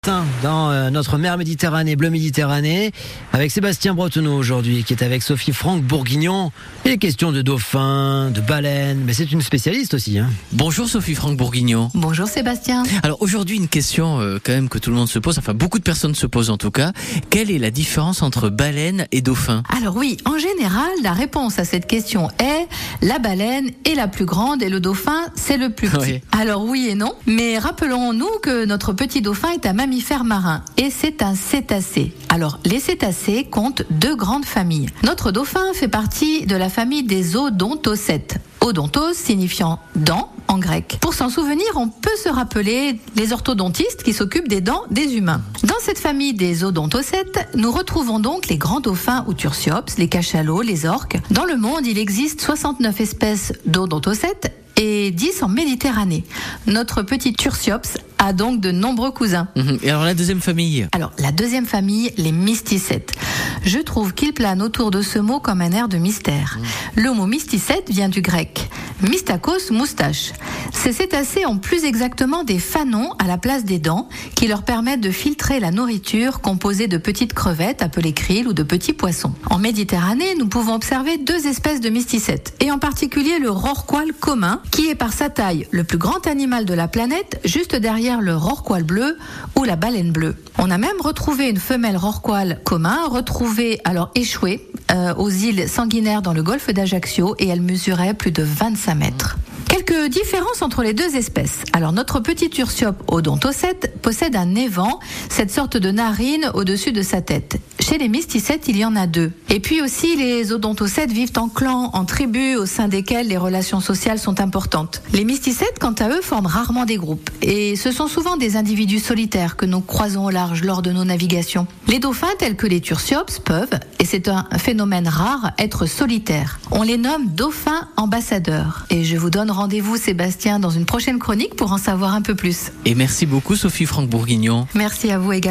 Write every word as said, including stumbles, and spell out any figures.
Dans euh, notre mer Méditerranée, Bleu Méditerranée, avec Sébastien Bretonneau aujourd'hui, qui est avec Sophie Franck Bourguignon. Il est question de dauphins, de baleines, mais c'est une spécialiste aussi. Hein. Bonjour Sophie Franck Bourguignon. Bonjour Sébastien. Alors aujourd'hui une question euh, quand même que tout le monde se pose, enfin beaucoup de personnes se posent en tout cas. Quelle est la différence entre baleine et dauphin ? Alors oui, en général, la réponse à cette question est la baleine est la plus grande et le dauphin c'est le plus petit. Oui. Alors oui et non, mais rappelons-nous que notre petit dauphin est un mammifère marin et c'est un cétacé. Alors les cétacés comptent deux grandes familles. Notre dauphin fait partie de la famille des odontocètes. Odontos signifiant dents en grec. Pour s'en souvenir, on peut se rappeler les orthodontistes qui s'occupent des dents des humains. Dans cette famille des odontocètes, nous retrouvons donc les grands dauphins ou tursiops, les cachalots, les orques. Dans le monde, il existe soixante-neuf espèces d'odontocètes et dix en Méditerranée. Notre petit tursiops a donc de nombreux cousins. Et alors la deuxième famille ? Alors la deuxième famille, les mysticètes. Je trouve qu'il plane autour de ce mot comme un air de mystère. Mmh. Le mot mysticète vient du grec. Mystakos, moustache. Ces cétacés ont plus exactement des fanons à la place des dents qui leur permettent de filtrer la nourriture composée de petites crevettes appelées krilles ou de petits poissons. En Méditerranée, nous pouvons observer deux espèces de mysticètes et en particulier le rorqual commun qui est par sa taille le plus grand animal de la planète juste derrière le rorqual bleu ou la baleine bleue. On a même retrouvé une femelle rorqual commun retrouvée alors échouée euh, aux îles Sanguinaires dans le golfe d'Ajaccio et elle mesurait plus de vingt-cinq mètres. Quelques différences entre les deux espèces. Alors notre petit tursiope odontocète possède un évent, cette sorte de narine au-dessus de sa tête. Chez les mysticètes, il y en a deux. Et puis aussi, les odontocètes vivent en clans, en tribus, au sein desquelles les relations sociales sont importantes. Les mysticètes, quant à eux, forment rarement des groupes. Et ce sont souvent des individus solitaires que nous croisons au large lors de nos navigations. Les dauphins, tels que les tursiops, peuvent, et c'est un phénomène rare, être solitaires. On les nomme dauphins ambassadeurs. Et je vous donne rendez-vous, Sébastien, dans une prochaine chronique pour en savoir un peu plus. Et merci beaucoup Sophie Franck Bourguignon. Merci à vous également.